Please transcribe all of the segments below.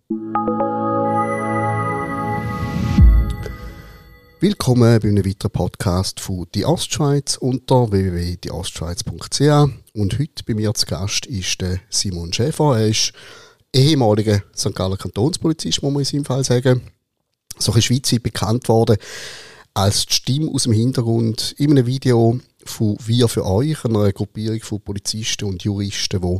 Willkommen bei einem weiteren Podcast von «Die Ostschweiz» unter www.dieostschweiz.ch. Und heute bei mir zu Gast ist der Simon Schäfer. Er ist ehemaliger St. Galler Kantonspolizist, muss man in seinem Fall sagen. So ein bisschen schweizweit bekannt worden als die Stimme aus dem Hintergrund in einem Video von «Wir für euch», einer Gruppierung von Polizisten und Juristen, die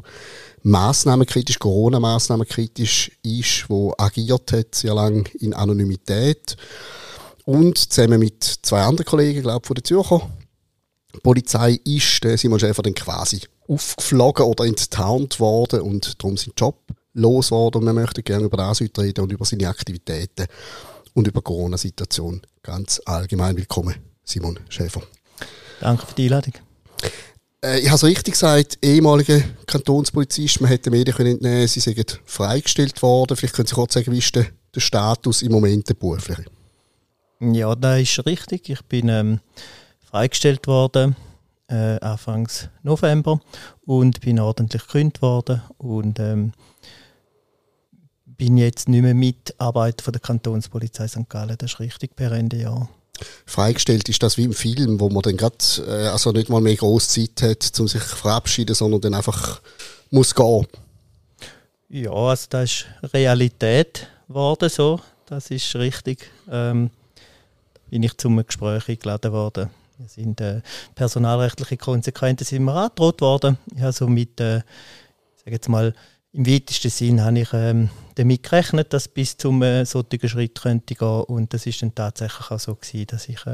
Corona-Massnahmenkritisch ist, die agiert hat sehr lange in Anonymität. Und zusammen mit zwei anderen Kollegen, glaube ich, von der Zürcher Polizei ist der Simon Schäfer dann quasi aufgeflogen oder enttarnt worden und darum seinen Job los worden. Und wir möchten gerne über das heute reden und über seine Aktivitäten und über die Corona-Situation ganz allgemein. Willkommen, Simon Schäfer. Danke für die Einladung. Ich habe es richtig gesagt, ehemaliger Kantonspolizist. Man hätte den Medien entnehmen können, sie sind freigestellt worden. Vielleicht können Sie kurz sagen, wie ist der Status im Moment der berufliche? Ja, das ist richtig. Ich bin freigestellt worden Anfang November und bin ordentlich gekündigt worden und bin jetzt nicht mehr Mitarbeiter von der Kantonspolizei St. Gallen. Das ist richtig, per Ende Jahr. Freigestellt ist das wie im Film, wo man dann gerade also nicht mal mehr grosse Zeit hat, um sich zu verabschieden, sondern dann einfach muss gehen. Ja, also das ist Realität geworden so. Das ist richtig. Bin ich zum Gespräch eingeladen worden. Es sind personalrechtliche Konsequenzen sind mir angedroht worden. Ich habe so mit, sage jetzt mal, im weitesten Sinn habe ich damit gerechnet, dass bis zum solchen Schritt könnte gehen. Und das ist dann tatsächlich auch so gewesen, dass ich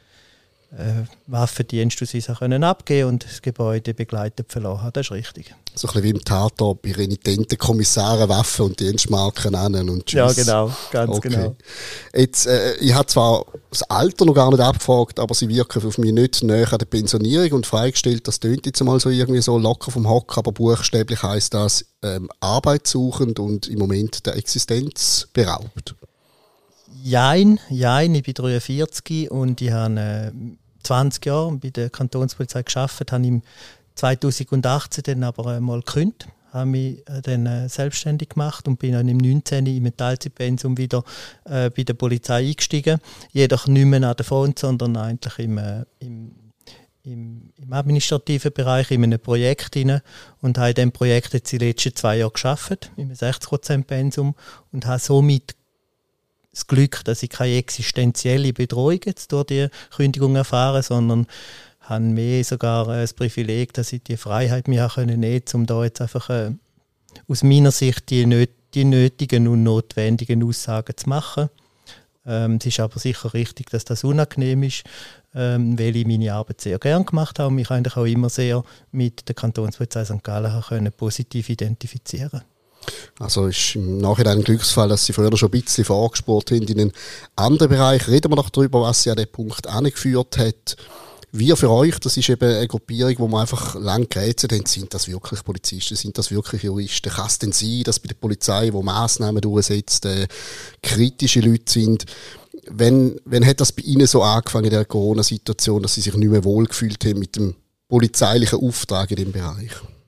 Waffendienst aus uns abgeben und das Gebäude begleitet verloren habe. Das ist richtig. So ein bisschen wie im Tatort bei renitenten Kommissaren Waffen und Dienstmarken an und tschüss. Ja, genau, ganz genau. Jetzt, ich habe zwar das Alter noch gar nicht abgefragt, aber Sie wirken auf mich nicht näher an der Pensionierung und freigestellt. Das tönt jetzt mal so irgendwie so locker vom Hocker, aber buchstäblich heisst das arbeitssuchend und im Moment der Existenz beraubt. Jein, ich bin 43 und ich habe 20 Jahre bei der Kantonspolizei gearbeitet, habe im 2018 dann aber mal gekündigt, habe mich dann selbstständig gemacht und bin dann im 19. im Teilzeitpensum wieder bei der Polizei eingestiegen. Jedoch nicht mehr an der Front, sondern eigentlich im administrativen Bereich, in einem Projekt rein und habe in diesem Projekt jetzt die letzten 2 Jahre gearbeitet, im 60% Pensum und habe somit das Glück, dass ich keine existenzielle Bedrohung jetzt durch die Kündigung erfahre, sondern habe mehr sogar das Privileg, dass ich die Freiheit mir nehmen konnte, um da jetzt einfach aus meiner Sicht die nötigen und notwendigen Aussagen zu machen. Es ist aber sicher richtig, dass das unangenehm ist, weil ich meine Arbeit sehr gern gemacht habe und mich eigentlich auch immer sehr mit der Kantonspolizei St. Gallen positiv identifizieren konnte. Also ist im Nachhinein ein Glücksfall, dass Sie früher schon ein bisschen vorgespurt haben in einen anderen Bereich. Reden wir doch darüber, was Sie an den Punkt angeführt hat. Wir für euch, das ist eben eine Gruppierung, wo man einfach lange gerätselt haben, sind das wirklich Polizisten, sind das wirklich Juristen? Kann es denn sein, dass bei der Polizei, wo Massnahmen durchsetzt, kritische Leute sind? Wenn hat das bei Ihnen so angefangen in der Corona-Situation, dass Sie sich nicht mehr wohlgefühlt haben mit dem polizeilichen Auftrag in dem Bereich?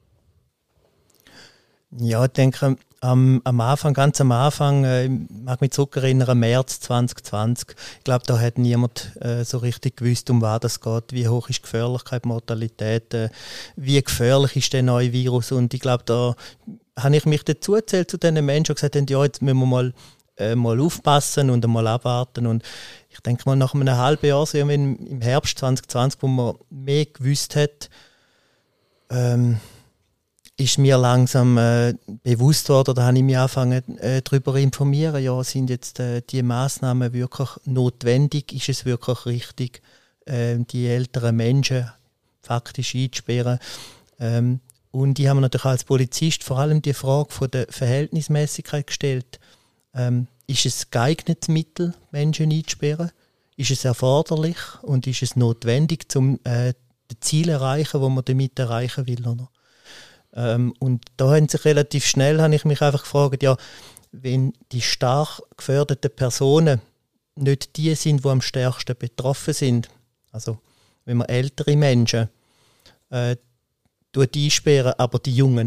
Ja, ich denke, ganz am Anfang, ich mag mich zurückerinnern, März 2020, ich glaube, da hat niemand so richtig gewusst, um was es geht, wie hoch ist die Gefährlichkeit, Mortalität, wie gefährlich ist der neue Virus und ich glaube, da habe ich mich dazu erzählt zu diesen Menschen und gesagt, ja, jetzt müssen wir mal aufpassen und mal abwarten und ich denke mal, nach einem halben Jahr, so im Herbst 2020, wo man mehr gewusst hat, ist mir langsam bewusst worden, da habe ich mich angefangen darüber zu informieren, ja, sind jetzt die Massnahmen wirklich notwendig, ist es wirklich richtig, die älteren Menschen faktisch einzusperren. Und ich habe mir natürlich als Polizist vor allem die Frage von der Verhältnismäßigkeit gestellt, ist es geeignetes Mittel, Menschen einzusperren? Ist es erforderlich und ist es notwendig, um das Ziel zu erreichen, das man damit erreichen will? Oder? Und da habe ich mich einfach gefragt, ja, wenn die stark gefährdeten Personen nicht die sind, die am stärksten betroffen sind, also wenn man ältere Menschen einsperren, aber die Jungen auch,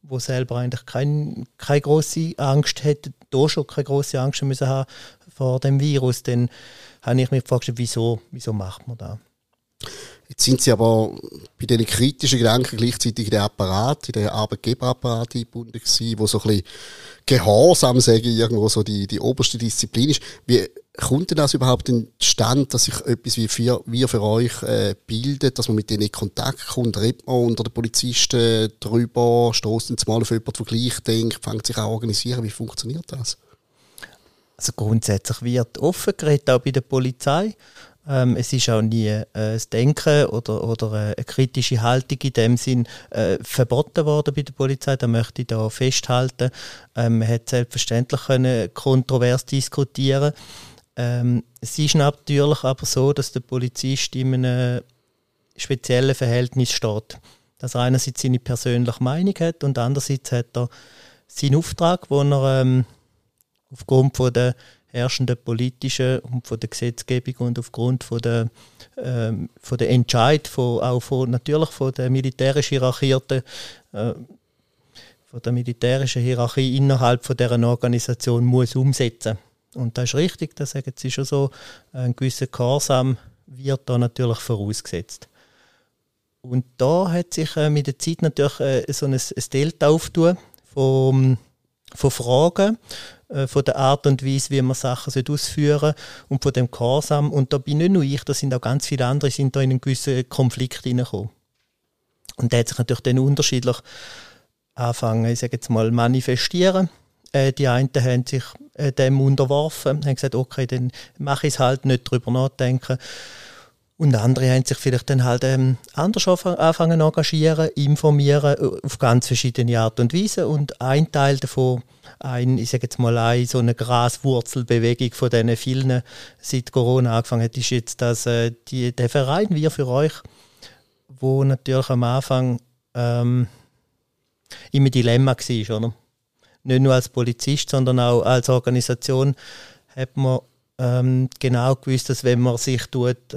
wo selber eigentlich keine grosse Angst hätte, da schon keine grosse Angst müssen haben vor dem Virus, dann habe ich mich gefragt, wieso macht man das? Jetzt sind Sie aber bei diesen kritischen Gedanken gleichzeitig in den Arbeitgeberapparat eingebunden gewesen, wo so ein bisschen Gehorsam, sage ich, irgendwo so die oberste Disziplin ist. Wie kommt denn das überhaupt in den Stand, dass sich etwas wie für euch bildet, dass man mit denen in Kontakt kommt, redet man unter den Polizisten drüber, stößt ins Mal auf jemanden, der gleich denkt, fängt sich auch organisieren, wie funktioniert das? Also grundsätzlich wird offen geredet, auch bei der Polizei. Es ist auch nie das Denken oder eine kritische Haltung in dem Sinn verboten worden bei der Polizei. Da möchte ich da festhalten. Man hat selbstverständlich kontrovers diskutieren. Es ist natürlich aber so, dass der Polizist in einem speziellen Verhältnis steht. Dass er einerseits seine persönliche Meinung hat und andererseits hat er seinen Auftrag, den er aufgrund von der herrschenden politischen und von der Gesetzgebung und aufgrund von der Entscheid natürlich von der militärischen Hierarchie innerhalb von dieser Organisation muss umsetzen. Und das ist richtig, das sagen Sie schon so, ein gewisser Gehorsam wird da natürlich vorausgesetzt. Und da hat sich mit der Zeit natürlich so ein Delta aufgetan von Fragen, von der Art und Weise, wie man Sachen ausführen soll und von dem Gehorsam. Und da bin nicht nur ich, da sind auch ganz viele andere, sind da in einen gewissen Konflikt hineingekommen. Und der hat sich natürlich dann unterschiedlich angefangen, ich sage jetzt mal, manifestieren. Die einen haben sich dem unterworfen, haben gesagt, okay, dann mache ich es halt, nicht darüber nachdenken. Und andere haben sich vielleicht dann halt anders anfangen zu engagieren, informieren, auf ganz verschiedene Art und Weise. Und ein Teil davon, ich sage jetzt mal, so eine Graswurzelbewegung von diesen vielen, seit Corona angefangen hat, ist jetzt der Verein «Wir für euch», wo natürlich am Anfang immer Dilemma war, oder? Nicht nur als Polizist, sondern auch als Organisation hat man genau gewusst, dass wenn man sich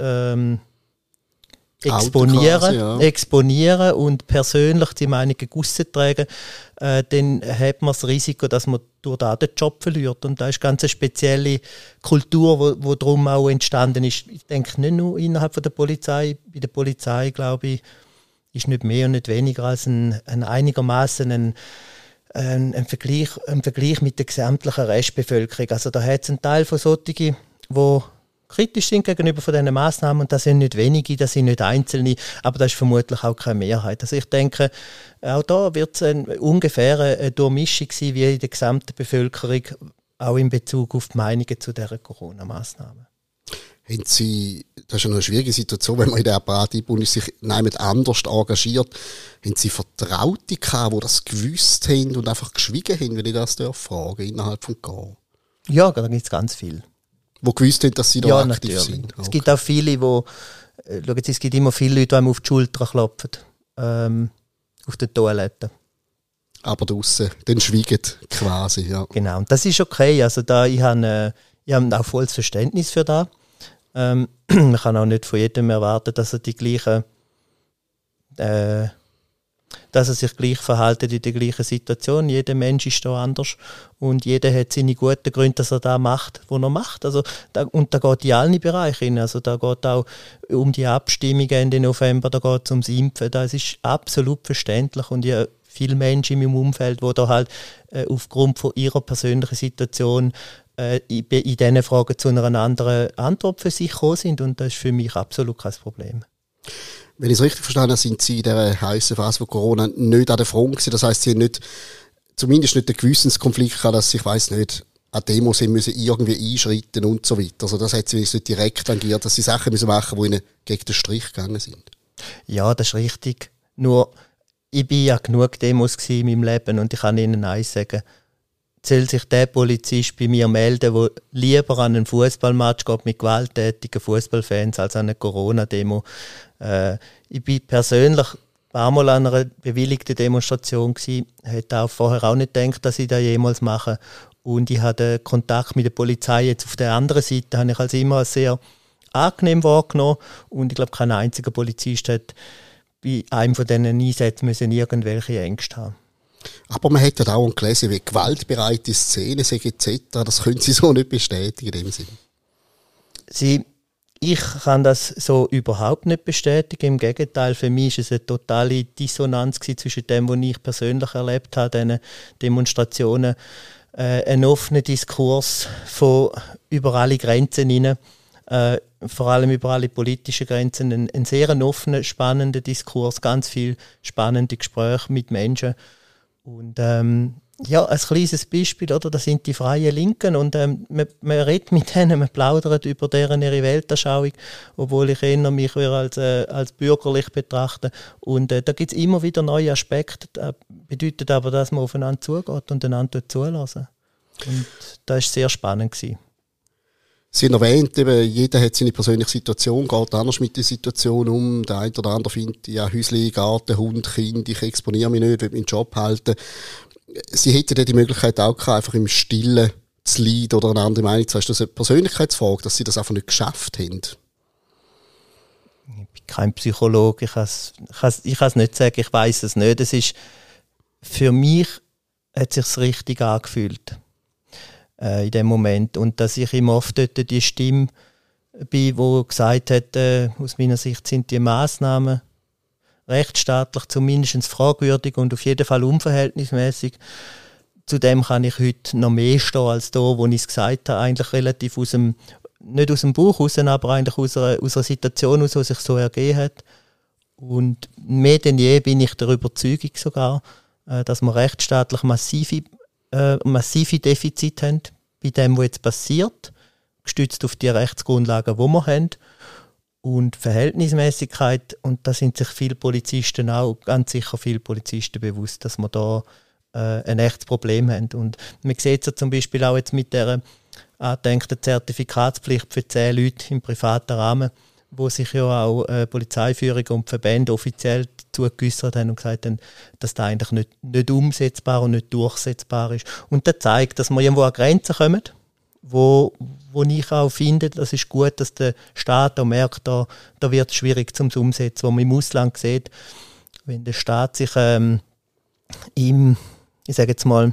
exponieren und persönlich die Meinungen rauszutragen, dann hat man das Risiko, dass man durch das den Job verliert. Und da ist ganz eine spezielle Kultur, wo darum auch entstanden ist. Ich denke nicht nur innerhalb von der Polizei. Bei der Polizei, glaube ich, ist nicht mehr und nicht weniger als ein einigermaßen ein Vergleich mit der gesamtlichen Restbevölkerung. Also da hat es einen Teil von solchen, die kritisch sind gegenüber von diesen Massnahmen, und das sind nicht wenige, das sind nicht Einzelne, aber das ist vermutlich auch keine Mehrheit. Also ich denke, auch da wird es ungefähr eine Durchmischung sein wie in der gesamten Bevölkerung, auch in Bezug auf die Meinungen zu dieser Corona-Massnahmen. Haben Sie, das ist ja eine schwierige Situation, wenn man in den Apparat eingebunden ist, sich niemand anders engagiert. Haben Sie Vertraute gehabt, die das gewusst haben und einfach geschwiegen haben, wenn ich das fragen innerhalb von GO? Ja, da gibt es ganz viel. Die gewusst haben, dass sie da aktiv natürlich sind? Okay. Es gibt auch viele, es gibt immer viele Leute, die einem auf die Schulter klopfen, auf der Toilette. Aber draussen, dann schweigen quasi, ja. Genau, und das ist okay. Also ich habe auch volles Verständnis für das. Man kann auch nicht von jedem erwarten, dass er dass er sich gleich verhält in der gleichen Situation. Jeder Mensch ist da anders und jeder hat seine guten Gründe, dass er das macht, was er macht. Also, und da geht in allen Bereichen. Also da geht auch um die Abstimmungen Ende November, da geht es ums Impfen. Das ist absolut verständlich und ja, viele Menschen in meinem Umfeld, die da halt aufgrund von ihrer persönlichen Situation in diesen Fragen zu einer anderen Antwort für sich gekommen sind, und das ist für mich absolut kein Problem. Wenn ich es richtig verstanden habe, sind Sie in dieser heißen Phase von Corona nicht an der Front gewesen. Das heisst, Sie haben zumindest nicht den Gewissenskonflikt gehabt, dass Sie, ich weiss nicht, an Demos müssen irgendwie einschreiten und so weiter. Also das hat Sie nicht direkt tangiert, dass Sie Sachen müssen machen, die Ihnen gegen den Strich gegangen sind. Ja, das ist richtig. Nur, ich bin ja genug Demos in meinem Leben und ich kann Ihnen eins sagen: Soll sich der Polizist bei mir melden, der lieber an einen Fußballmatch geht mit gewalttätigen Fußballfans als an eine Corona-Demo. Ich bin persönlich ein paar Mal an einer bewilligten Demonstration gewesen, hätte auch vorher auch nicht gedacht, dass ich das jemals mache. Und ich hatte Kontakt mit der Polizei jetzt auf der anderen Seite, habe ich als immer sehr angenehm wahrgenommen. Und ich glaube, kein einziger Polizist hat bei einem von diesen Einsätzen müssen irgendwelche Ängste haben. Aber man hat ja auch gelesen, wie gewaltbereite Szenen sind etc. Das können Sie so nicht bestätigen in dem Sinn. Ich kann das so überhaupt nicht bestätigen. Im Gegenteil, für mich war es eine totale Dissonanz zwischen dem, was ich persönlich erlebt habe, diesen Demonstrationen. Ein offener Diskurs von über alle Grenzen hinein, vor allem über alle politischen Grenzen. Ein sehr offener, spannender Diskurs, ganz viele spannende Gespräche mit Menschen. Und ja, ein kleines Beispiel, oder? Das sind die Freien Linken und man redet mit denen, man plaudert über deren ihre Weltanschauung, obwohl ich eher mich als bürgerlich betrachte. Und da gibt es immer wieder neue Aspekte. Das bedeutet aber, dass man aufeinander zugeht und einander zulassen. Und das war sehr spannend gewesen. Sie haben erwähnt, eben, jeder hat seine persönliche Situation, geht anders mit der Situation um. Der eine oder andere findet, ja, Häusli, Garten, Hund, Kind, ich exponiere mich nicht, will meinen Job halten. Sie hätten ja die Möglichkeit auch gehabt, einfach im Stillen zu leiden oder eine andere Meinung zu haben. Ist das eine Persönlichkeitsfrage, dass Sie das einfach nicht geschafft haben? Ich bin kein Psychologe, ich kann es nicht sagen, ich weiss es nicht. Es ist, für mich hat es sich richtig angefühlt in dem Moment. Und dass ich immer oft dort die Stimme bin, die gesagt hat, aus meiner Sicht sind die Massnahmen rechtsstaatlich zumindest fragwürdig und auf jeden Fall unverhältnismäßig. Zudem kann ich heute noch mehr stehen als da, wo ich es gesagt habe, eigentlich relativ nicht aus dem Bauch raus, aber eigentlich aus einer Situation heraus, die sich so ergeben hat. Und mehr denn je bin ich der Überzeugung sogar, dass wir rechtsstaatlich massive Defizite haben bei dem, was jetzt passiert, gestützt auf die Rechtsgrundlagen, die wir haben. Und Verhältnismäßigkeit, und da sind sich viele Polizisten auch, ganz sicher viele Polizisten bewusst, dass wir da ein echtes Problem haben. Und man sieht es ja zum Beispiel auch jetzt mit der angedenkten Zertifikatspflicht für 10 Leute im privaten Rahmen, wo sich ja auch Polizeiführung und Verbände offiziell dazu geäussert haben und gesagt haben, dass das eigentlich nicht umsetzbar und nicht durchsetzbar ist. Und das zeigt, dass wir irgendwo an Grenzen kommen, wo ich auch finde, das ist gut, dass der Staat auch merkt, da wird es schwierig zum Umsetzen, wo man im Ausland sieht, wenn der Staat sich ich sage jetzt mal,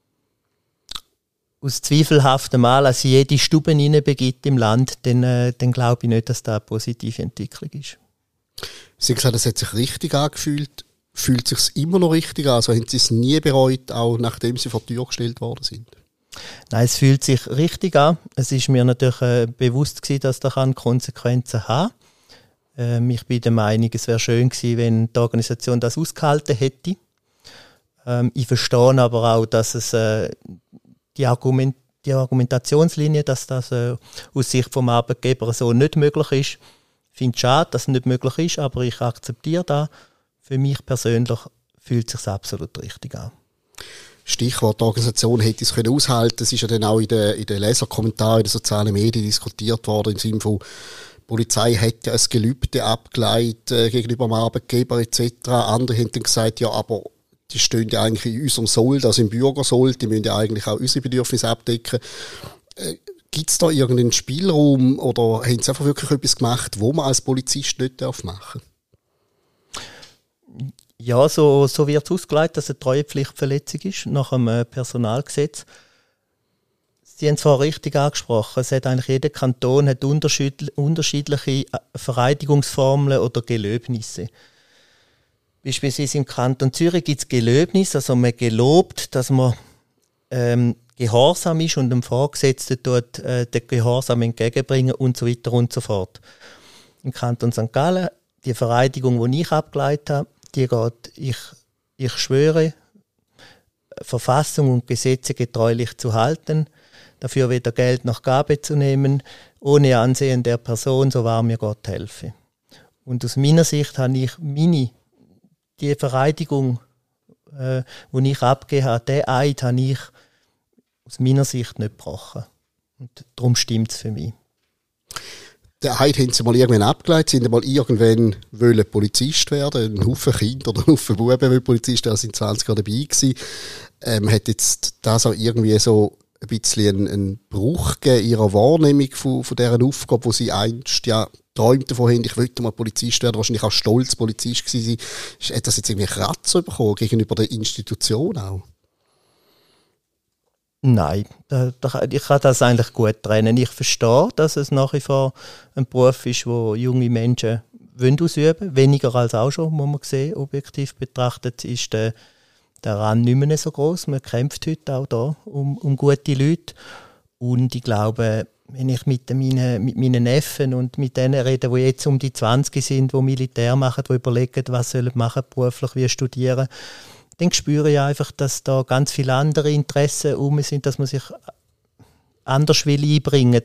aus zweifelhaftem Anlass in jede Stube hineinbegibt im Land, dann glaube ich nicht, dass das eine positive Entwicklung ist. Sie haben gesagt, es hat sich richtig angefühlt. Fühlt es sich immer noch richtig an? Also haben Sie es nie bereut, auch nachdem Sie vor die Tür gestellt worden sind? Nein, es fühlt sich richtig an. Es ist mir natürlich bewusst gewesen, dass das Konsequenzen haben kann. Ich bin der Meinung, es wäre schön gewesen, wenn die Organisation das ausgehalten hätte. Ich verstehe aber auch, dass es die Argumentationslinie, dass das aus Sicht vom Arbeitgeber so nicht möglich ist. Ich finde es schade, dass es nicht möglich ist, aber ich akzeptiere das. Für mich persönlich fühlt es sich absolut richtig an. Stichwort, die Organisation hätte es können aushalten. Es ist ja dann auch in den Leserkommentaren, in den sozialen Medien diskutiert worden, im Sinne von, die Polizei hat ja ein Gelübde abgeleitet gegenüber dem Arbeitgeber etc. Andere haben dann gesagt, ja, aber die stehen ja eigentlich in unserem Sold, also im Bürgersold, die müssen ja eigentlich auch unsere Bedürfnisse abdecken. Gibt es da irgendeinen Spielraum oder haben sie einfach wirklich etwas gemacht, wo man als Polizist nicht machen darf? Ja, so wird es ausgelegt, dass es eine Treuepflichtverletzung ist nach dem Personalgesetz. Sie haben es vorhin richtig angesprochen. Es hat eigentlich jeder Kanton hat unterschiedliche Vereidigungsformeln oder Gelöbnisse. Beispielsweise im Kanton Zürich gibt es Gelöbnis, also man gelobt, dass man gehorsam ist und dem Vorgesetzten dort den Gehorsam entgegenbringen und so weiter und so fort. Im Kanton St. Gallen, die Vereidigung, die ich abgeleitet habe, die geht, ich schwöre, Verfassung und Gesetze getreulich zu halten, dafür weder Geld noch Gabe zu nehmen, ohne Ansehen der Person, so wahr mir Gott helfe. Und aus meiner Sicht habe ich die Vereidigung, die ich abgegeben habe, den Eid habe ich aus meiner Sicht nicht gebrochen. Und darum stimmt es für mich. Den Eid haben sie mal irgendwann abgeleitet, sind mal irgendwann wollen Polizist werden, ein Haufen Kinder oder ein Haufen Buben wollen Polizist werden, sind 20 Jahre dabei gewesen. Hat jetzt das auch irgendwie so ein bisschen einen Bruch gegeben in ihrer Wahrnehmung von dieser Aufgabe, die sie einst ja träumt davon haben, ich wollte mal Polizist werden, wahrscheinlich auch stolz Polizist gewesen sein. Hat das jetzt irgendwie Kratzer bekommen gegenüber der Institution auch? Nein, ich kann das eigentlich gut trennen. Ich verstehe, dass es nach wie vor ein Beruf ist, wo junge Menschen ausüben wollen. Weniger als auch schon, muss man sehen. Objektiv betrachtet ist der Rang nicht mehr so groß. Man kämpft heute auch da um gute Leute. Und ich glaube, wenn ich mit meinen Neffen und mit denen rede, die jetzt um die 20 sind, die Militär machen, die überlegen, was sie machen beruflich, wie studieren, dann spüre ich einfach, dass da ganz viele andere Interessen sind, dass man sich anders einbringen will.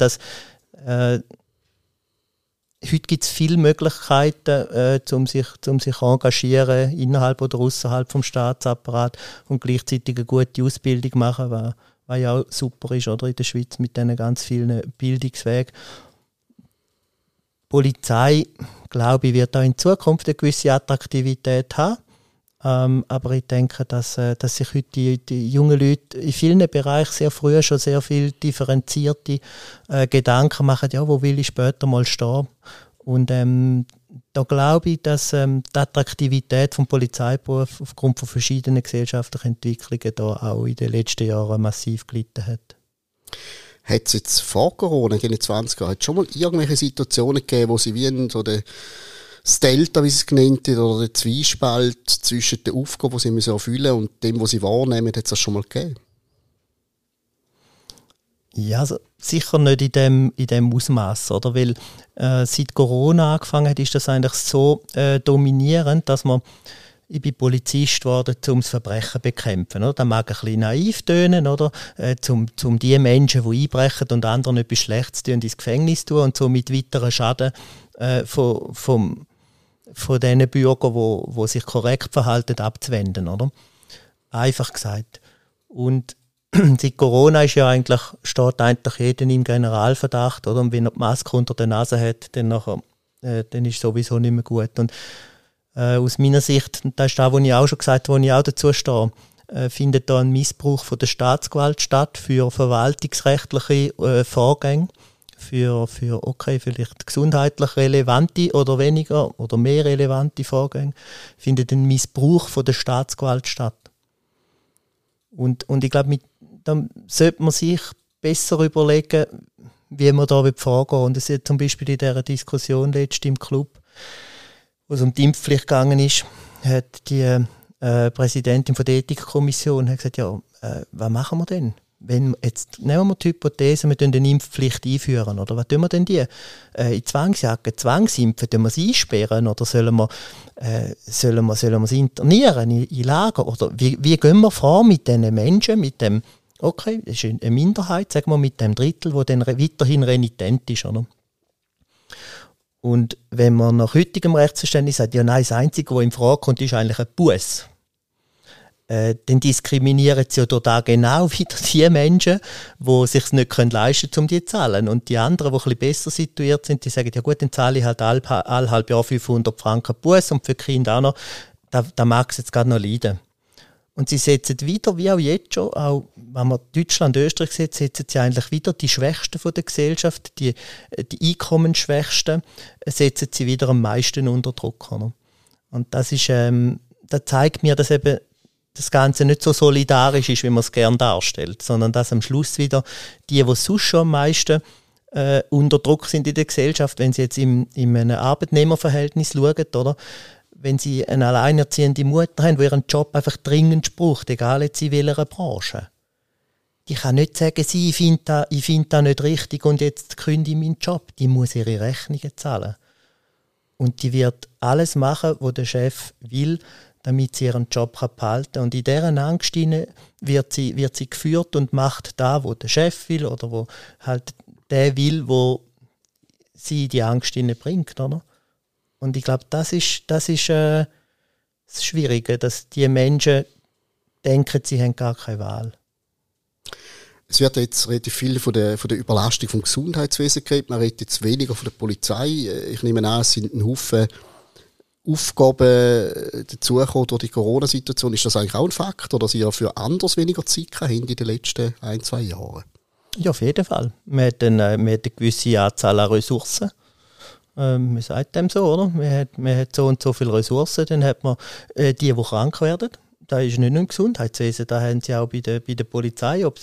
Heute gibt es viele Möglichkeiten, um sich engagieren, innerhalb oder außerhalb vom Staatsapparat und gleichzeitig eine gute Ausbildung machen, was ja auch super ist, oder, in der Schweiz mit diesen ganz vielen Bildungswegen. Die Polizei, glaube ich, wird auch in Zukunft eine gewisse Attraktivität haben. Aber ich denke, dass sich heute die jungen Leute in vielen Bereichen sehr früh schon sehr viel differenzierte Gedanken machen, ja, wo will ich später mal stehen. Und da glaube ich, dass die Attraktivität des Polizeiberufs aufgrund von verschiedenen gesellschaftlichen Entwicklungen da auch in den letzten Jahren massiv gelitten hat. Hat es jetzt vor Corona, in den 20 Jahren, schon mal irgendwelche Situationen gegeben, wo sie wie so das Delta, wie sie es genannt haben, oder der Zwiespalt zwischen der Aufgabe, die sie erfüllen müssen, und dem, was sie wahrnehmen, hat es das schon mal gegeben? Ja, also sicher nicht in dem Ausmaß, oder? Weil seit Corona angefangen hat, ist das eigentlich so dominierend, dass ich bin Polizist geworden, um das Verbrechen zu bekämpfen. Oder? Das mag ein bisschen naiv tönen, oder? Um die Menschen, die einbrechen und anderen etwas Schlechtes tun, ins Gefängnis tun und so mit weiteren Schaden von den Bürgern, die sich korrekt verhalten, abzuwenden. Oder? Einfach gesagt. Und seit Corona steht eigentlich jeder im Generalverdacht. Oder? Und wenn er die Maske unter der Nase hat, dann ist es sowieso nicht mehr gut. Und aus meiner Sicht, und das ist das, was ich auch schon gesagt habe, wo ich auch dazu stehe, findet da ein Missbrauch von der Staatsgewalt statt für verwaltungsrechtliche Vorgänge, für vielleicht gesundheitlich relevante oder weniger oder mehr relevante Vorgänge, findet ein Missbrauch von der Staatsgewalt statt. Und ich glaube, da sollte man sich besser überlegen, wie man da vorgehen will. Und es ist zum Beispiel in dieser Diskussion letztens im Club, wo es um die Impfpflicht gegangen ist, hat die Präsidentin von der Ethikkommission gesagt, ja, was machen wir denn? Jetzt nehmen wir die Hypothese, wir führen eine Impfpflicht einführen, oder was tun wir denn die? In Zwangsjacken, Zwangsimpfen, tun wir sie einsperren, oder sollen wir sie internieren in Lager? Oder wie gehen wir vor mit diesen Menschen, mit dem, okay, das ist eine Minderheit, sagen wir, mit dem Drittel, der dann weiterhin renitent ist, oder? Und wenn man nach heutigem Rechtsverständnis sagt, ja nein, das Einzige, was in Frage kommt, ist eigentlich ein Buß, dann diskriminieren sie ja da genau wieder die Menschen, die es sich nicht leisten können, um die zu zahlen. Und die anderen, die ein bisschen besser situiert sind, die sagen, ja gut, dann zahle ich halt alle halbe Jahr 500 Franken Buß und für die Kinder auch noch, da mag es jetzt gerade noch leiden. Und sie setzen wieder, wie auch jetzt schon, auch wenn man Deutschland, Österreich sieht, setzen sie eigentlich wieder die Schwächsten von der Gesellschaft, die Einkommensschwächsten, setzen sie wieder am meisten unter Druck. Oder? Und das zeigt mir, dass eben das Ganze nicht so solidarisch ist, wie man es gerne darstellt, sondern dass am Schluss wieder die sonst schon am meisten unter Druck sind in der Gesellschaft, wenn sie jetzt in einem Arbeitnehmerverhältnis schauen, oder? Wenn sie eine alleinerziehende Mutter haben, die ihren Job einfach dringend braucht, egal jetzt in welcher Branche. Die kann nicht sagen, ich finde das nicht richtig und jetzt kündige ich meinen Job. Die muss ihre Rechnungen zahlen. Und die wird alles machen, was der Chef will, damit sie ihren Job behalten kann. Und in dieser Angst wird sie geführt und macht das, was der Chef will oder wo halt der will, wo sie die Angst bringt, oder? Und ich glaube, das ist das Schwierige, dass die Menschen denken, sie haben gar keine Wahl. Es wird jetzt relativ viel von der Überlastung vom Gesundheitswesen geredet. Man redet jetzt weniger von der Polizei. Ich nehme an, es sind ein Haufen Aufgaben dazugekommen durch die Corona-Situation. Ist das eigentlich auch ein Faktor, dass ihr für anders weniger Zeit habt in den letzten 1-2 Jahren? Ja, auf jeden Fall. Man hat eine gewisse Anzahl an Ressourcen. Man sagt dem so, oder? Man hat so und so viele Ressourcen, dann hat man die krank werden. Das ist nicht nur im Gesundheitswesen, da haben sie auch bei der Polizei, ob es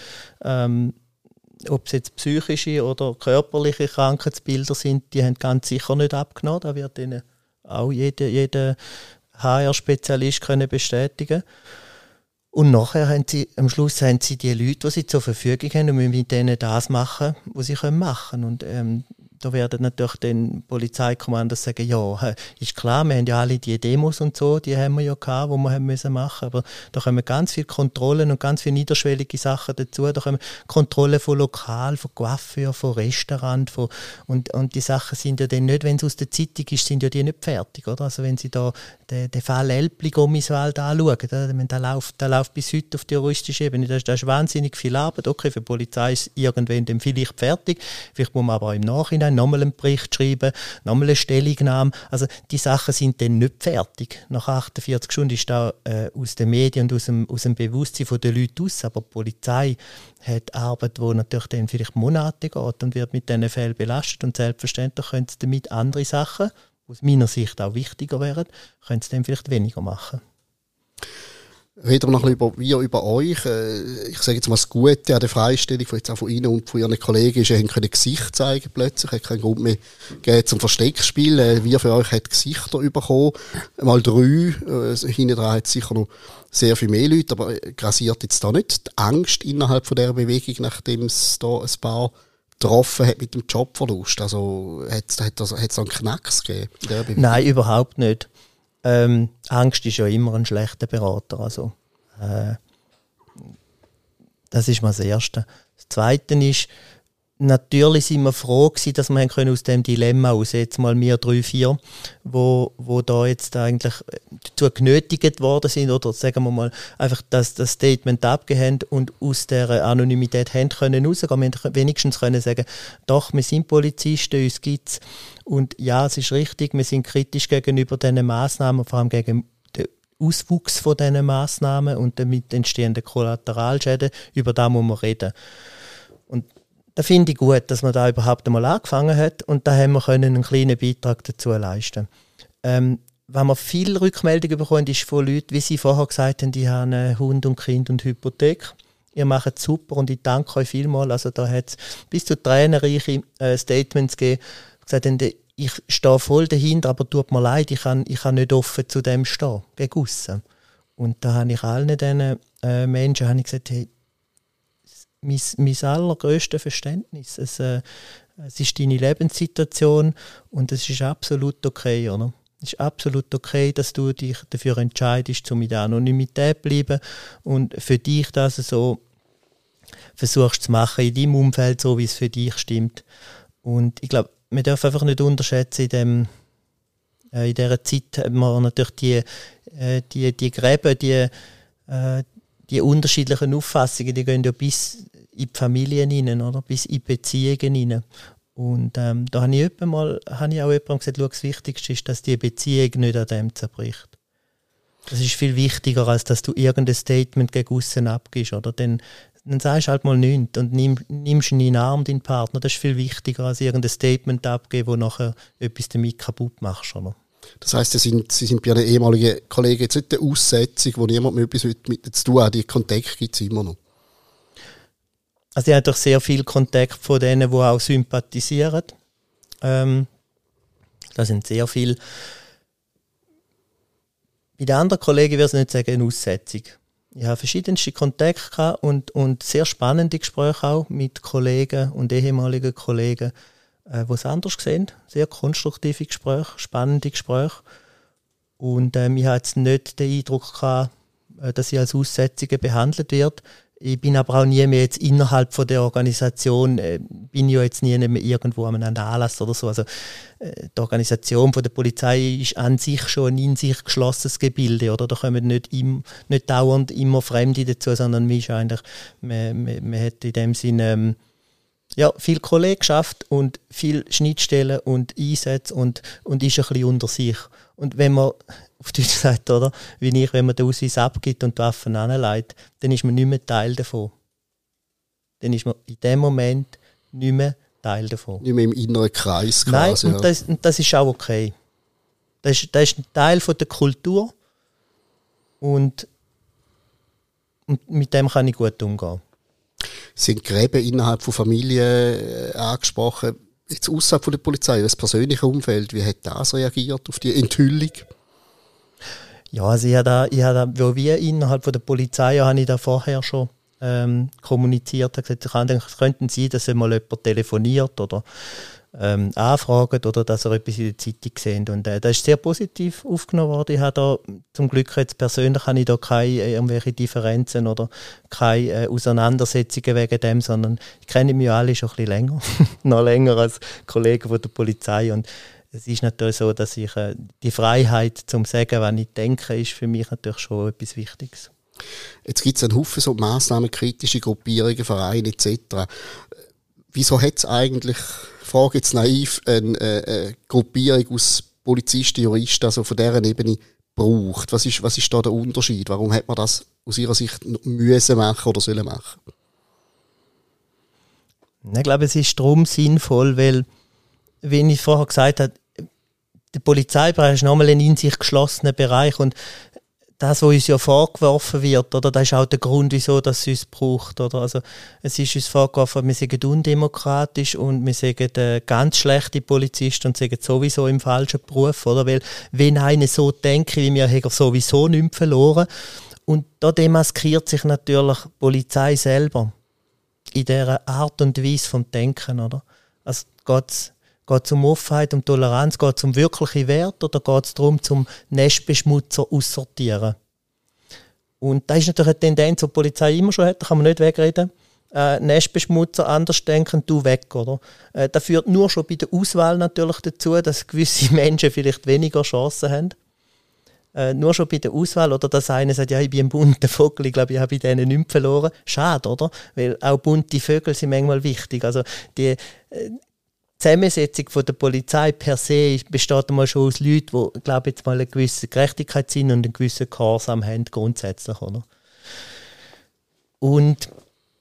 jetzt psychische oder körperliche Krankheitsbilder sind, die haben ganz sicher nicht abgenommen. Da wird ihnen auch jeder HR-Spezialist können bestätigen. Und nachher am Schluss haben sie die Leute, die sie zur Verfügung haben und müssen mit denen das machen, was sie machen können. Und da werden natürlich dann Polizeikommandos sagen, ja, ist klar, wir haben ja alle die Demos und so, die haben wir ja gehabt, die wir haben müssen machen. Aber da kommen ganz viele Kontrollen und ganz viele niederschwellige Sachen dazu. Da kommen Kontrollen von Lokal, von Coiffeur, von Restaurant. Und die Sachen sind ja dann nicht, wenn es aus der Zeitung ist, sind ja die nicht fertig. Oder? Also wenn Sie da den Fall Elbli-Gommiswald anschauen, da läuft bis heute auf die juristische Ebene. Das ist wahnsinnig viel Arbeit. Okay, für die Polizei ist irgendwann dann vielleicht fertig. Vielleicht muss man aber auch im Nachhinein nochmal einen Bericht schreiben, nochmal eine Stellungnahme. Also die Sachen sind dann nicht fertig. Nach 48 Stunden ist da aus den Medien und aus dem Bewusstsein der Leute aus. Aber die Polizei hat Arbeit, die natürlich dann vielleicht Monate geht und wird mit diesen Fällen belastet. Und selbstverständlich können sie damit andere Sachen, die aus meiner Sicht auch wichtiger wären, können sie dann vielleicht weniger machen. Reden wir noch ein bisschen über euch. Ich sage jetzt mal, das Gute an der Freistellung von jetzt auch von Ihnen und von Ihren Kollegen ist, ihr könnt Gesicht zeigen plötzlich. Es hat keinen Grund mehr gegeben zum Versteckspiel. Wir für euch hat Gesichter bekommen. Mal 3. Hinten dran hat sicher noch sehr viel mehr Leute. Aber grassiert jetzt da nicht die Angst innerhalb von dieser Bewegung, nachdem es da ein paar getroffen hat mit dem Jobverlust? Also hat es da einen Knacks gegeben in dieser Bewegung? Nein, überhaupt nicht. Angst ist ja immer ein schlechter Berater. Also, das ist mal das Erste. Das Zweite ist, natürlich sind wir froh gewesen, dass wir aus dem Dilemma aus jetzt mal wir 3, 4, wo da jetzt eigentlich dazu genötigt worden sind oder sagen wir mal einfach das Statement abgeben und aus der Anonymität haben können rausgehen. Wir haben wenigstens können sagen, doch, wir sind Polizisten, uns gibt's. Und ja, es ist richtig, wir sind kritisch gegenüber diesen Massnahmen, vor allem gegen den Auswuchs von diesen Massnahmen und damit entstehenden Kollateralschäden. Über das muss man reden. Und da finde ich gut, dass man da überhaupt einmal angefangen hat und da haben wir einen kleinen Beitrag dazu leisten. Wenn wir viel Rückmeldungen bekommen, ist von Leuten, wie sie vorher gesagt haben, die haben Hund und Kind und Hypothek. Ihr macht es super und ich danke euch vielmals. Also da hat es bis zu tränenreiche Statements gegeben, gesagt haben, ich stehe voll dahinter, aber tut mir leid, ich kann nicht offen zu dem stehen, gegen aussen. Und da habe ich allen diesen Menschen gesagt, hey, mein allergrößtes Verständnis. Es ist deine Lebenssituation und es ist absolut okay, oder? Es ist absolut okay, dass du dich dafür entscheidest, um in der Anonymität zu bleiben und für dich das so versuchst zu machen, in deinem Umfeld, so wie es für dich stimmt. Und ich glaube, man darf einfach nicht unterschätzen, in dieser Zeit haben wir natürlich die Gräben, die unterschiedlichen Auffassungen, die gehen ja bis in die Familien hinein, oder? Bis in die Beziehungen hinein. Und da habe ich auch jemandem gesagt, schau, das Wichtigste ist, dass die Beziehung nicht an dem zerbricht. Das ist viel wichtiger, als dass du irgendein Statement gegen aussen abgibst. Oder? Dann sagst du halt mal nichts und nimmst ihn in den Arm, deinen Partner. Das ist viel wichtiger, als irgendein Statement abgeben, wo nachher etwas damit kaputt machst. Oder? Das heisst, Sie sind bei Ihren ehemaligen Kollegen jetzt nicht eine Aussetzung, wo niemand mehr etwas mit zu tun hat. Die Kontakte gibt es immer noch. Also ich habe doch sehr viel Kontakt von denen, die auch sympathisieren. Das sind sehr viele. Bei den anderen Kollegen würde ich nicht sagen, eine Aussetzung. Ich habe verschiedenste Kontakte gehabt und sehr spannende Gespräche auch mit Kollegen und ehemaligen Kollegen, die es anders sehen. Sehr konstruktive Gespräche, spannende Gespräche. Und ich habe jetzt nicht den Eindruck gehabt, dass ich als Aussetzung behandelt wird. Ich bin aber auch nie mehr jetzt innerhalb von der Organisation, bin ja jetzt nie mehr irgendwo an einem Anlass oder so. Also die Organisation von der Polizei ist an sich schon ein in sich geschlossenes Gebilde, oder? Da kommen nicht dauernd immer Fremde dazu, sondern man hat in dem Sinne viel Kollegschaft und viel Schnittstellen und Einsätze und ist ein bisschen unter sich. Und wenn man auf Deutsch sagt, oder, wenn man den Ausweis abgibt und die Waffen anlegt, dann ist man nicht mehr Teil davon. Dann ist man in dem Moment nicht mehr Teil davon. Nicht mehr im inneren Kreis quasi. Nein, und das ist auch okay. Das ist ein Teil von der Kultur und mit dem kann ich gut umgehen. Sie haben Gräben innerhalb von Familien angesprochen. Jetzt außerhalb von der Polizei, das persönliche Umfeld, wie hat das reagiert auf die Enthüllung? Ja, also ich habe wo wir innerhalb von der Polizei, habe ich da vorher schon kommuniziert, habe gesagt, es könnte sein, dass mal jemand telefoniert oder anfragt oder dass er etwas in der Zeitung sehen. Und das ist sehr positiv aufgenommen worden. Ich habe da zum Glück jetzt persönlich habe ich da keine irgendwelche Differenzen oder keine Auseinandersetzungen wegen dem, sondern ich kenne mich ja alle schon ein bisschen länger, noch länger als Kollegen von der Polizei. Und es ist natürlich so, dass ich die Freiheit zum Sagen, was ich denke, ist für mich natürlich schon etwas Wichtiges. Jetzt gibt es einen Haufen so massnahmenkritische Gruppierungen, Vereine etc. Wieso hat es eigentlich, ich frage jetzt naiv, eine Gruppierung aus Polizisten, Juristen, also von dieser Ebene braucht? Was ist da der Unterschied? Warum hat man das aus Ihrer Sicht müssen machen oder sollen machen? Ich glaube, es ist darum sinnvoll, weil, wie ich vorher gesagt habe, der Polizeibereich ist nochmal ein in sich geschlossener Bereich und das, was uns ja vorgeworfen wird, oder, das ist auch der Grund, wieso das es uns braucht. Oder? Also, es ist uns vorgeworfen, wir sind undemokratisch und wir sind ganz schlechte Polizisten und sind sowieso im falschen Beruf. Oder? Weil, wenn einer so denkt wie wir, hat er sowieso nichts verloren. Und da demaskiert sich natürlich die Polizei selber in dieser Art und Weise vom Denken. Oder? Also, geht es um Offenheit, um Toleranz, geht es um wirkliche Werte oder geht es darum, zum Nestbeschmutzer aussortieren? Und das ist natürlich eine Tendenz, die die Polizei immer schon hat, da kann man nicht wegreden. Nestbeschmutzer, anders denken, du weg, oder? Das führt nur schon bei der Auswahl natürlich dazu, dass gewisse Menschen vielleicht weniger Chancen haben. Nur schon bei der Auswahl, oder dass einer sagt, ja, ich bin ein bunter Vogel, ich glaube, ich habe bei denen nichts verloren. Schade, oder? Weil auch bunte Vögel sind manchmal wichtig. Also die Zusammensetzung von der Polizei per se besteht einmal schon aus Leuten, die, glaube ich, jetzt mal eine gewisse Gerechtigkeit sind und einen gewissen Gehorsam haben, grundsätzlich. Oder? Und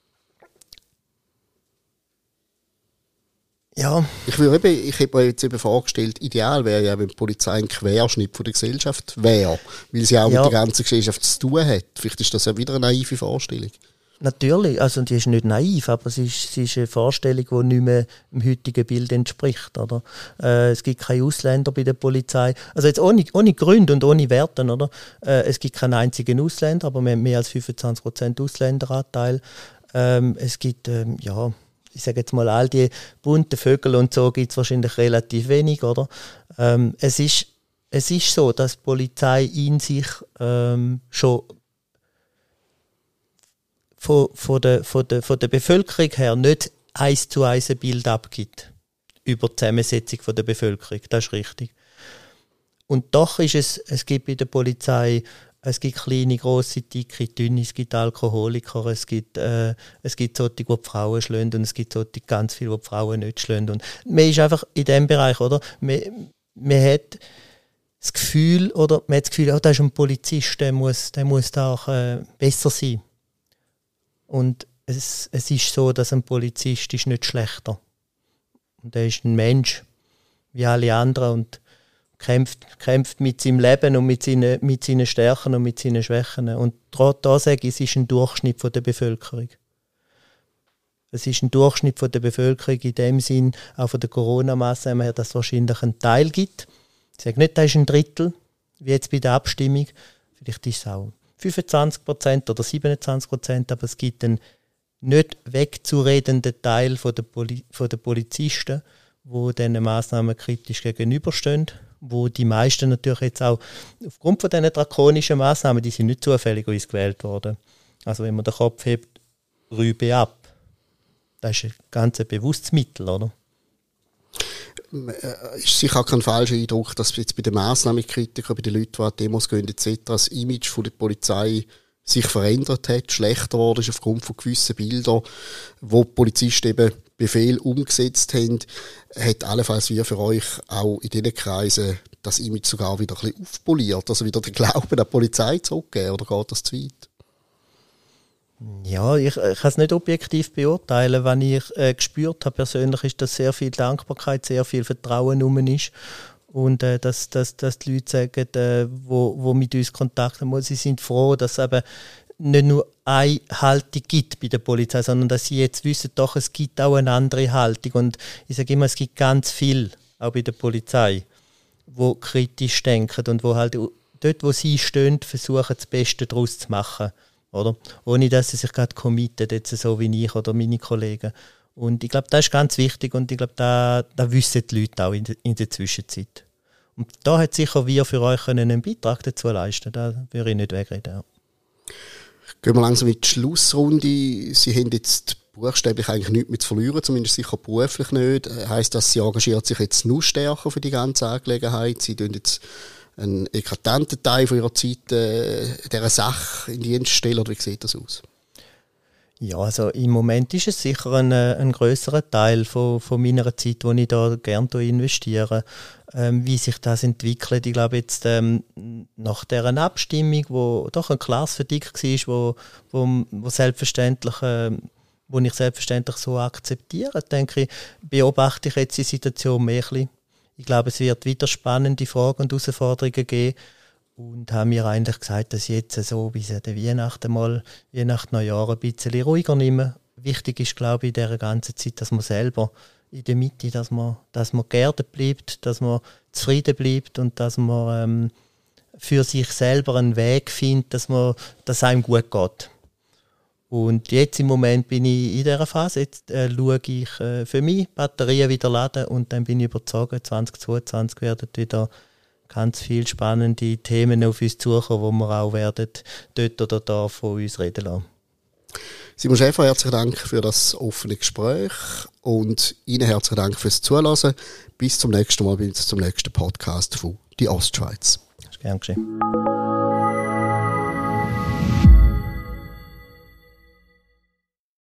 ja. Ich habe mir jetzt eben vorgestellt, ideal wäre ja, wenn die Polizei ein Querschnitt von der Gesellschaft wäre, weil sie auch mit der ganzen Gesellschaft zu tun hat. Vielleicht ist das ja wieder eine naive Vorstellung. Natürlich, also die ist nicht naiv, aber sie ist eine Vorstellung, die nicht mehr dem heutigen Bild entspricht. Oder? Es gibt keine Ausländer bei der Polizei, also jetzt ohne Gründe und ohne Werten. Oder? Es gibt keinen einzigen Ausländer, aber wir haben mehr als 25% Ausländeranteil. Es gibt, ich sage jetzt mal, all die bunten Vögel und so gibt es wahrscheinlich relativ wenig. Oder? Es ist so, dass die Polizei in sich schon von der Bevölkerung her nicht 1:1 ein Bild abgibt über die Zusammensetzung der Bevölkerung. Das ist richtig. Und doch ist es gibt bei der Polizei, es gibt kleine, grosse, dicke, dünne, es gibt Alkoholiker, es gibt solche, die Frauen schlagen und es gibt solche, ganz viele, die Frauen nicht schlagen. Und man ist einfach in diesem Bereich, oder? Man hat das Gefühl, oh, das ist ein Polizist, der muss da auch besser sein. Und es ist so, dass ein Polizist ist nicht schlechter. Und er ist ein Mensch, wie alle anderen, und kämpft mit seinem Leben und mit seinen Stärken und mit seinen Schwächen. Und da sage ich, es ist ein Durchschnitt von der Bevölkerung. Es ist ein Durchschnitt von der Bevölkerung in dem Sinn, auch von der Corona-Massnahmen her, dass es wahrscheinlich einen Teil gibt. Ich sage nicht, das ist ein Drittel, wie jetzt bei der Abstimmung. Vielleicht ist es auch 25% oder 27%, aber es gibt einen nicht wegzuredenden Teil von der Polizisten, die diesen Massnahmen kritisch gegenüberstehen, wo die meisten natürlich jetzt auch aufgrund von diesen drakonischen Massnahmen, die sind nicht zufällig gewählt worden. Also wenn man den Kopf hebt, Rübe ab. Das ist ein ganz bewusstes Mittel, oder? Ist sicher auch kein falscher Eindruck, dass jetzt bei den Massnahmenkritikern, bei den Leuten, die an Demos gehen etc., das Image von der Polizei sich verändert hat, schlechter geworden ist aufgrund von gewissen Bildern, wo die Polizisten eben Befehl umgesetzt haben, hat allenfalls wie für euch auch in diesen Kreisen das Image sogar wieder ein bisschen aufpoliert, also wieder den Glauben an die Polizei zurückgeben, oder geht das zu weit? Ja, ich kann es nicht objektiv beurteilen. Was ich gespürt habe persönlich, ist, dass sehr viel Dankbarkeit, sehr viel Vertrauen rum ist. Und dass die Leute sagen, wo mit uns Kontakt haben, sie sind froh, dass es eben nicht nur eine Haltung gibt bei der Polizei, sondern dass sie jetzt wissen, doch, es gibt auch eine andere Haltung. Und ich sage immer, es gibt ganz viel, auch bei der Polizei, wo kritisch denken und wo halt dort, wo sie stehen, versuchen, das Beste daraus zu machen. Oder? Ohne dass sie sich gerade committen, jetzt so wie ich oder meine Kollegen. Und ich glaube, das ist ganz wichtig und ich glaube, da wissen die Leute auch in der Zwischenzeit. Und da hat sicher wir für euch einen Beitrag dazu leisten. Da würde ich nicht wegreden. Ja. Gehen wir langsam in die Schlussrunde. Sie haben jetzt buchstäblich eigentlich nichts mehr zu verlieren, zumindest sicher beruflich nicht. Heisst das, Sie engagieren sich jetzt noch stärker für die ganze Angelegenheit? Sie tun jetzt einen eklatanten Teil von Ihrer Zeit dieser Sache in Dienst stellen, oder wie sieht das aus? Ja, also im Moment ist es sicher ein grösserer Teil von meiner Zeit, wo ich da gerne investiere. Wie sich das entwickelt, ich glaube jetzt nach dieser Abstimmung, wo doch ein klares Verdikt war, wo selbstverständlich wo ich selbstverständlich so akzeptiere, denke ich, beobachte ich jetzt die Situation mehr ein bisschen. Ich glaube, es wird wieder spannende Fragen und Herausforderungen geben. Und haben mir eigentlich gesagt, dass ich jetzt so bis der Weihnachten Neujahr ein bisschen ruhiger nehme. Wichtig ist, glaube ich, in dieser ganzen Zeit, dass man selber in der Mitte, dass man geerdet bleibt, dass man zufrieden bleibt und dass man für sich selber einen Weg findet, dass einem gut geht. Und jetzt im Moment bin ich in dieser Phase, jetzt schaue ich für mich Batterien wieder laden und dann bin ich überzeugt, 2022 werden wieder ganz viele spannende Themen auf uns zukommen, wo wir auch werden dort oder da von uns reden lassen. Simon Schäfer, herzlichen Dank für das offene Gespräch und Ihnen herzlichen Dank fürs Zuhören. Bis zum nächsten Mal, bis zum nächsten Podcast von «Die Ostschweiz». Das ist gern geschehen.